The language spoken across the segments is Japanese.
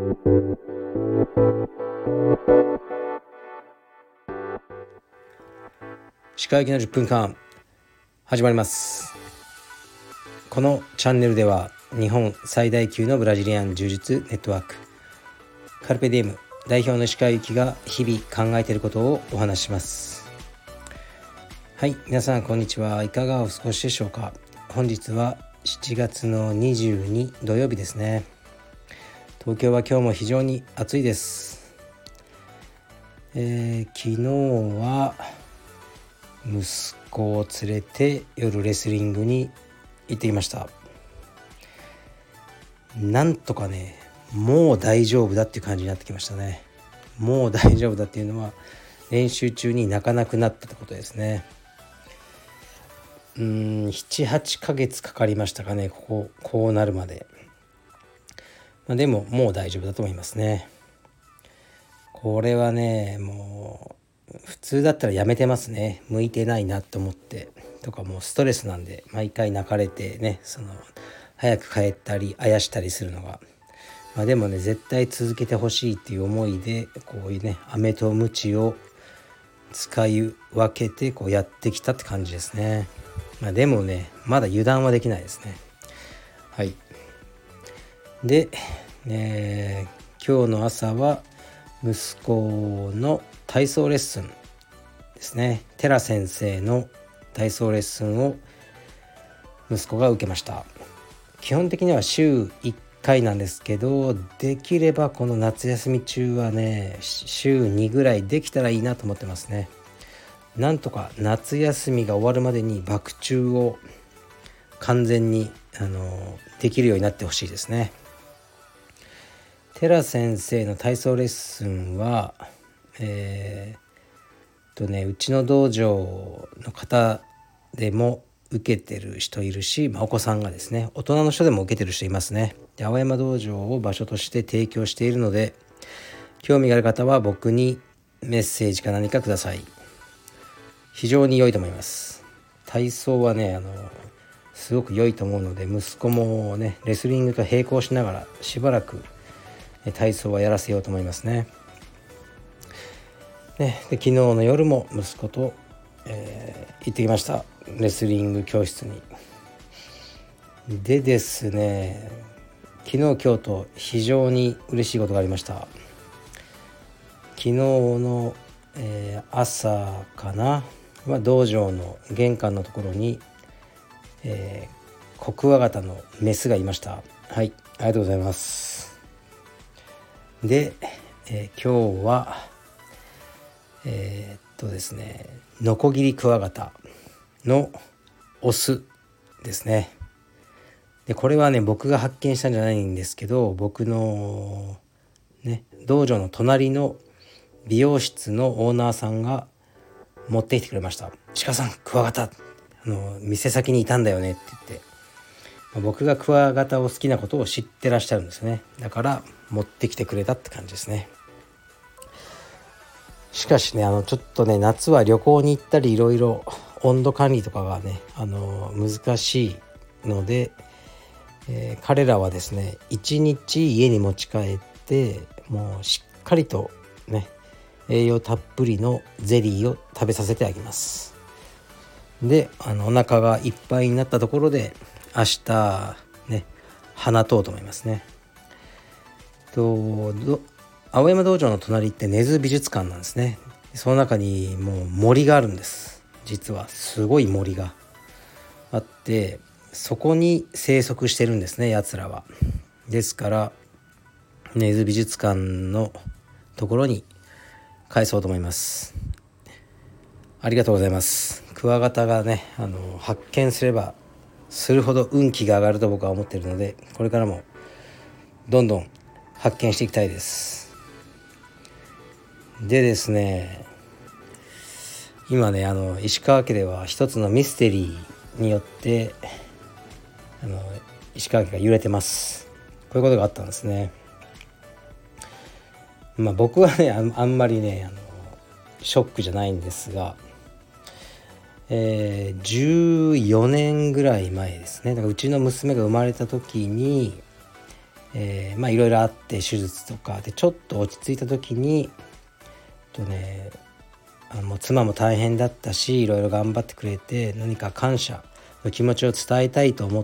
歯科医の10分間始まります。このチャンネルでは日本最大級のブラジリアン柔術ネットワークカルペディエム代表の歯科医が日々考えていることをお話しします。はい、皆さんこんにちは。いかがお過ごしでしょうか。本日は7月の22土曜日ですね。東京は今日も非常に暑いです。昨日は息子を連れて夜レスリングに行ってきました。なんとかね、もう大丈夫だっていう感じになってきましたね。もう大丈夫だっていうのは練習中に泣かなくなったってことですね。7、8ヶ月かかりましたかね、こうなるまで。でももう大丈夫だと思いますね。これはね、もう普通だったらやめてますね。向いてないなと思ってとか、もうストレスなんで毎回泣かれてね、早く帰ったりあやしたりするのが、でもね、絶対続けてほしいっていう思いでこういうね、飴と鞭を使い分けてやってきたって感じですね。でもね、まだ油断はできないですね。はい。で、今日の朝は息子の体操レッスンですね。テラ先生の体操レッスンを息子が受けました。基本的には週1回なんですけど、できればこの夏休み中はね、週2ぐらいできたらいいなと思ってますね。なんとか夏休みが終わるまでにバク宙を完全にできるようになってほしいですね。テラ先生の体操レッスンはうちの道場の方でも受けてる人いるし、お子さんがですね、大人の人でも受けてる人いますね。で、青山道場を場所として提供しているので、興味がある方は僕にメッセージか何かください。非常に良いと思います。体操はね、すごく良いと思うので、息子もね、レスリングと並行しながらしばらく体操はやらせようと思いますね。で昨日の夜も息子と、行ってきました。レスリング教室に。でですね、昨日今日と非常に嬉しいことがありました。昨日の、朝かな、道場の玄関のところに、コクワガタのメスがいました。はい、ありがとうございます。で、今日はですね、ノコギリクワガタのオスですね。でこれはね、僕が発見したんじゃないんですけど、僕のね、道場の隣の美容室のオーナーさんが持ってきてくれました。鹿さん、クワガタ店先にいたんだよねって言って、僕がクワガタを好きなことを知ってらっしゃるんですね。だから持ってきてくれたって感じですね。しかしね、ちょっとね、夏は旅行に行ったりいろいろ温度管理とかがね、難しいので、彼らはですね、1日家に持ち帰って、もうしっかりとね、栄養たっぷりのゼリーを食べさせてあげます。で、お腹がいっぱいになったところで明日ね、放とうと思いますね。青山道場の隣って根津美術館なんですね。その中にもう森があるんです。実はすごい森があって、そこに生息してるんですね、やつらは。ですから根津美術館のところに返そうと思います。ありがとうございます。クワガタがね、発見すればするほど運気が上がると僕は思っているので、これからもどんどん発見していきたいです。でですね、今ね、石川家では一つのミステリーによって石川家が揺れてます。こういうことがあったんですね。僕はね、あんまりね、ショックじゃないんですが、14年ぐらい前ですね。だからうちの娘が生まれた時にいろいろあって手術とかでちょっと落ち着いた時にもう妻も大変だったしいろいろ頑張ってくれて何か感謝の気持ちを伝えたいと思って、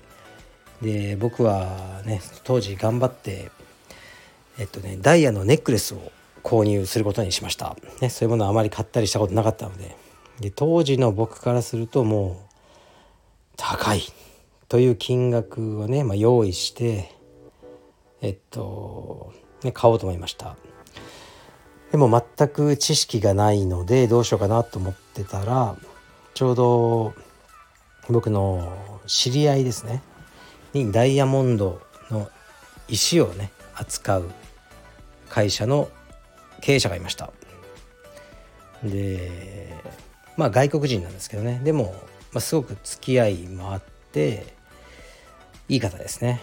で僕はね当時頑張ってダイヤのネックレスを購入することにしました、ね、そういうものはあまり買ったりしたことなかったので、当時の僕からするともう高いという金額をね、用意して買おうと思いました。でも全く知識がないのでどうしようかなと思ってたら、ちょうど僕の知り合いですねにダイヤモンドの石をね扱う会社の経営者がいました。で外国人なんですけどね、でも、すごく付き合いもあっていい方ですね。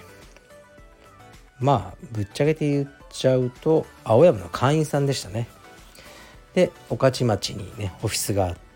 ぶっちゃけて言っちゃうと青山の会員さんでしたね。で御徒町にねオフィスがあって、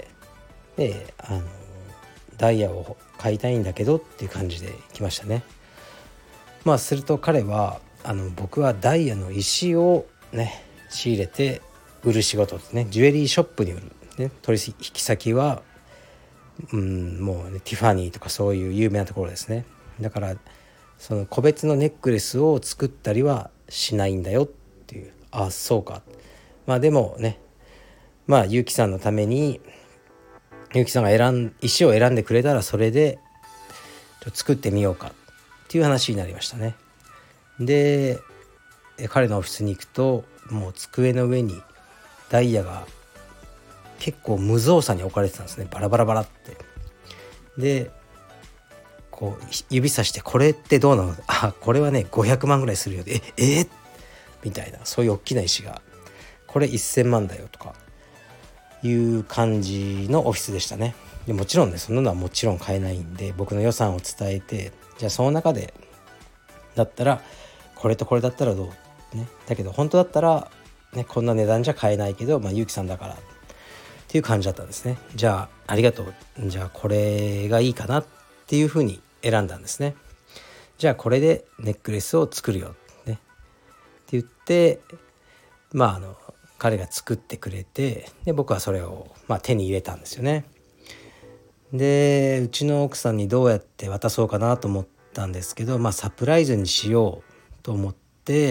でダイヤを買いたいんだけどっていう感じで来ましたね。すると彼は僕はダイヤの石をね仕入れて売る仕事ですね。ジュエリーショップに売る、ね、取引先はもうねティファニーとかそういう有名なところですね。だからその個別のネックレスを作ったりはしないんだよっていう。あ、そうか。でもねゆうきさんのためにゆうきさんが石を選んでくれたらそれで作ってみようかっていう話になりましたね。で彼のオフィスに行くともう机の上にダイヤが結構無造作に置かれてたんですね。バラバラバラって。でこう指さしてこれってどうなの、これはね500万ぐらいするよでみたいな、そういう大きな石がこれ1000万だよとかいう感じのオフィスでしたね。でもちろんねそんなのはもちろん買えないんで僕の予算を伝えて、じゃあその中でだったらこれとこれだったらどう、ね、だけど本当だったら、ね、こんな値段じゃ買えないけどゆうきさんだからっていう感じだったんですね。じゃあありがとう、じゃあこれがいいかなっていうふうに選んだんですね。じゃあこれでネックレスを作るよ、ね、って言って彼が作ってくれて、で僕はそれを手に入れたんですよね。でうちの奥さんにどうやって渡そうかなと思ったんですけど、サプライズにしようと思って、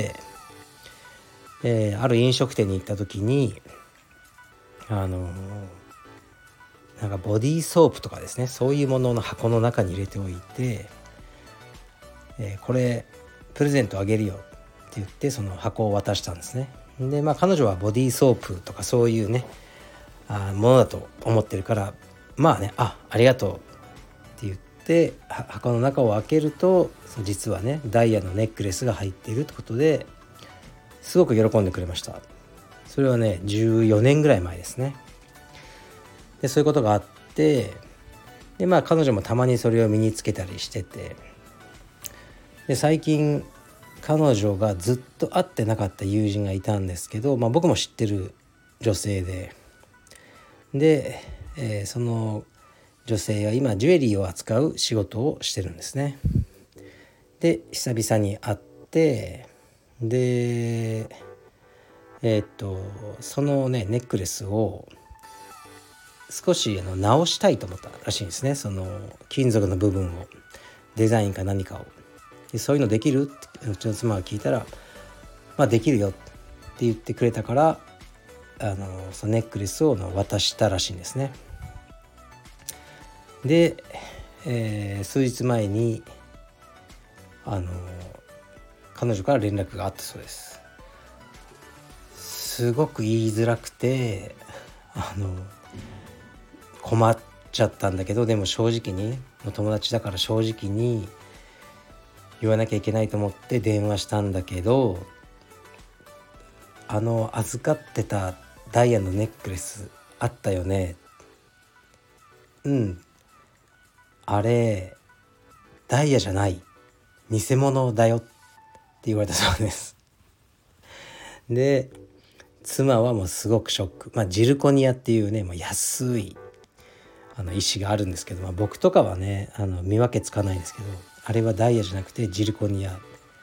ある飲食店に行った時になんかボディーソープとかですね、そういうものの箱の中に入れておいて、これプレゼントあげるよって言ってその箱を渡したんですね。で彼女はボディーソープとかそういうねものだと思ってるからありがとうって言って箱の中を開けると実はねダイヤのネックレスが入っているってことですごく喜んでくれました。それはね14年ぐらい前ですね。でそういうことがあって、で彼女もたまにそれを身につけたりしてて、で最近彼女がずっと会ってなかった友人がいたんですけど、僕も知ってる女性で、その女性は今ジュエリーを扱う仕事をしてるんですね。で久々に会って、でそのねネックレスを少し直したいと思ったらしいんですね。その金属の部分を、デザインか何かを。でそういうのできるってうちの妻が聞いたら、できるよって言ってくれたから、そのネックレスを渡したらしいんですね。で、数日前に彼女から連絡があったそうです。すごく言いづらくて困っちゃったんだけど、でも正直に友達だから正直に言わなきゃいけないと思って電話したんだけど、預かってたダイヤのネックレスあったよね、あれダイヤじゃない、偽物だよって言われたそうです。で妻はもうすごくショック。ジルコニアっていうねもう安い石があるんですけど、僕とかはね見分けつかないんですけど、あれはダイヤじゃなくてジルコニア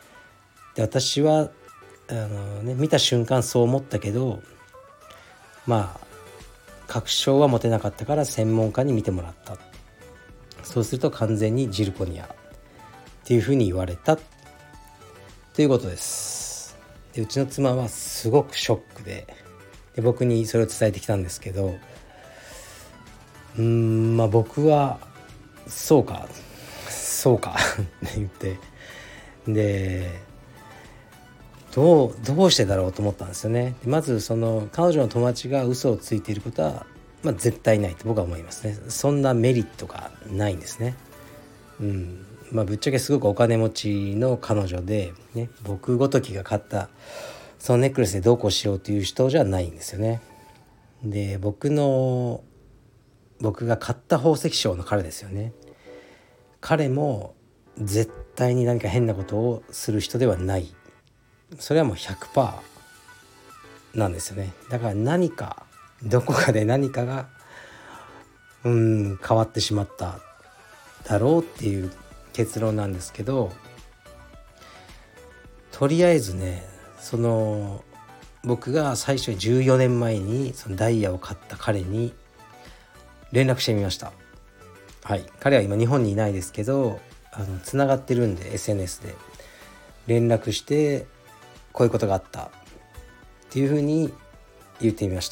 で私は見た瞬間そう思ったけど、まあ確証は持てなかったから専門家に見てもらった。そうすると完全にジルコニアっていうふうに言われたということです。でうちの妻はすごくショックで僕にそれを伝えてきたんですけど、僕はそうかって言って、でどうしてだろうと思ったんですよね。まずその彼女の友達が嘘をついていることは、絶対ないと僕は思いますね。そんなメリットがないんですね。ぶっちゃけすごくお金持ちの彼女で、僕ごときが買ったそのネックレスでどうこうしようという人じゃないんですよね。で僕が買った宝石商の彼ですよね。彼も絶対に何か変なことをする人ではない。それはもう 100% なんですよね。だからどこかで何かが変わってしまっただろうっていう結論なんですけど、とりあえずね、僕が最初14年前にそのダイヤを買った彼に連絡してみました。はい、彼は今日本にいないですけどつながってるんで SNS で連絡してこういうことがあったっていうふうに言ってみました。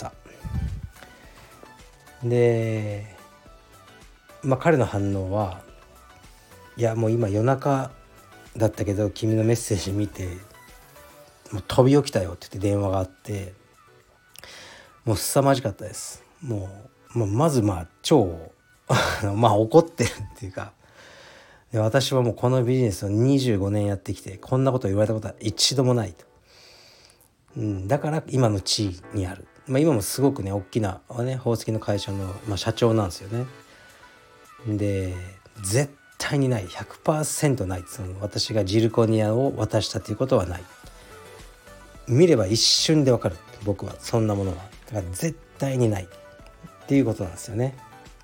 で、彼の反応はいやもう今夜中だったけど君のメッセージ見てもう飛び起きたよって言って電話があって、もう凄まじかったです。もうまず超怒ってるっていうか、で私はもうこのビジネスを25年やってきてこんなこと言われたことは一度もないと、だから今の地位にある、今もすごくね大きな、宝石の会社の、社長なんですよね。で絶対にない 100% ない、私がジルコニアを渡したということはない。見れば一瞬でわかる、僕はそんなものはだから絶対にないっていうことなんですよね。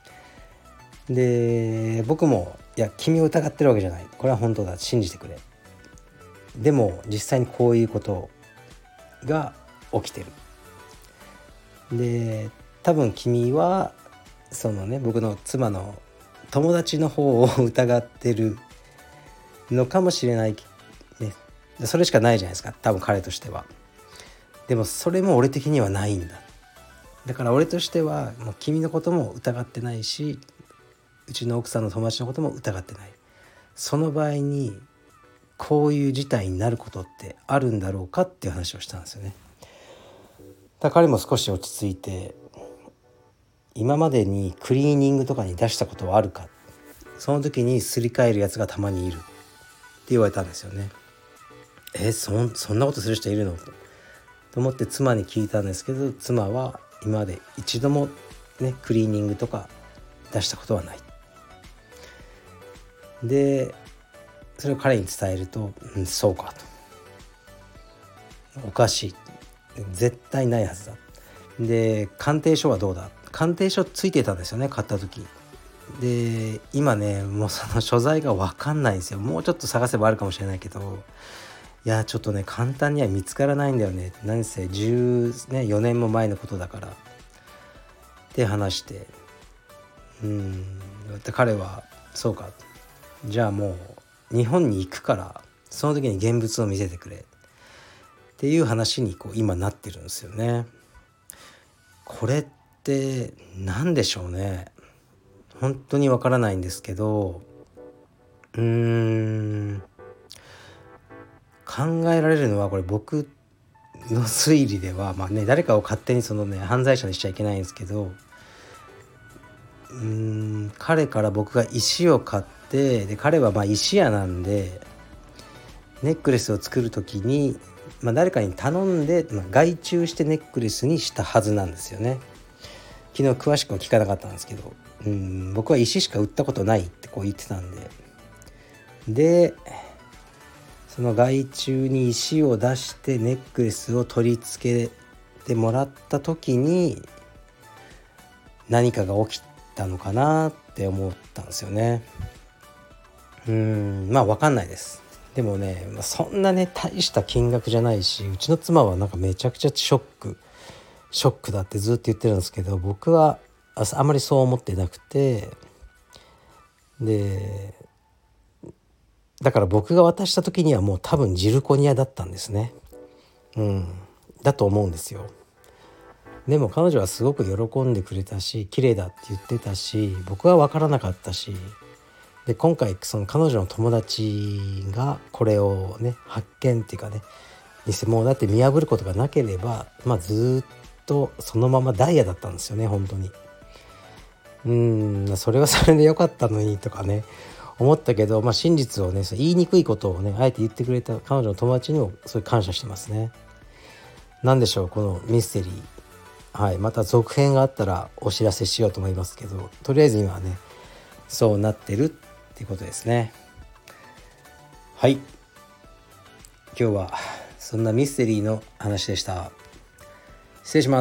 で僕もいや君を疑ってるわけじゃない、これは本当だ、信じてくれ、でも実際にこういうことが起きてる。で多分君は僕の妻の友達の方を疑ってるのかもしれないね。それしかないじゃないですか、多分彼としては。でもそれも俺的にはないんだ。だから俺としてはもう君のことも疑ってないし、うちの奥さんの友達のことも疑ってない。その場合にこういう事態になることってあるんだろうかっていう話をしたんですよね。だから彼も少し落ち着いて、今までにクリーニングとかに出したことはあるか、その時にすり替えるやつがたまにいるって言われたんですよね。そんなことする人いるのと思って妻に聞いたんですけど、妻は今まで一度もクリーニングとか出したことはない。でそれを彼に伝えると、そうかと、おかしい、絶対ないはずだ。で鑑定書はどうだ、鑑定書ついてたんですよね、買った時で。今ねもうその所在が分かんないんですよ。もうちょっと探せばあるかもしれないけど、いやちょっとね簡単には見つからないんだよね、何せ14年も前のことだからって話して、彼はそうか、じゃあもう日本に行くからその時に現物を見せてくれっていう話に今なってるんですよね。これって何でしょうね、本当にわからないんですけど、考えられるのはこれ僕の推理では誰かを勝手に犯罪者にしちゃいけないんですけど、彼から僕が石を買って、で彼は石屋なんでネックレスを作る時に、誰かに頼んで、外注してネックレスにしたはずなんですよね。昨日詳しくは聞かなかったんですけど、僕は石しか売ったことないって言ってたんで、その外注に石を出してネックレスを取り付けてもらった時に何かが起きたのかなって思ったんですよね。分かんないです。 でもね、そんなね大した金額じゃないし、うちの妻はなんかめちゃくちゃショックだってずっと言ってるんですけど、僕はあまりそう思ってなくて、でだから僕が渡した時にはもう多分ジルコニアだったんですね。だと思うんですよ。でも彼女はすごく喜んでくれたし、綺麗だって言ってたし、僕は分からなかったし、で今回その彼女の友達がこれをね発見っていうかね、偽物だって見破ることがなければ、ずっとそのままダイヤだったんですよね、本当に。それはそれでよかったのにとかね思ったけど、真実をね、言いにくいことをねあえて言ってくれた彼女の友達にもそういう感謝してますね。なんでしょう、このミステリー、また続編があったらお知らせしようと思いますけど、とりあえず今はねそうなってるっていうことですね。はい、今日はそんなミステリーの話でした。失礼します。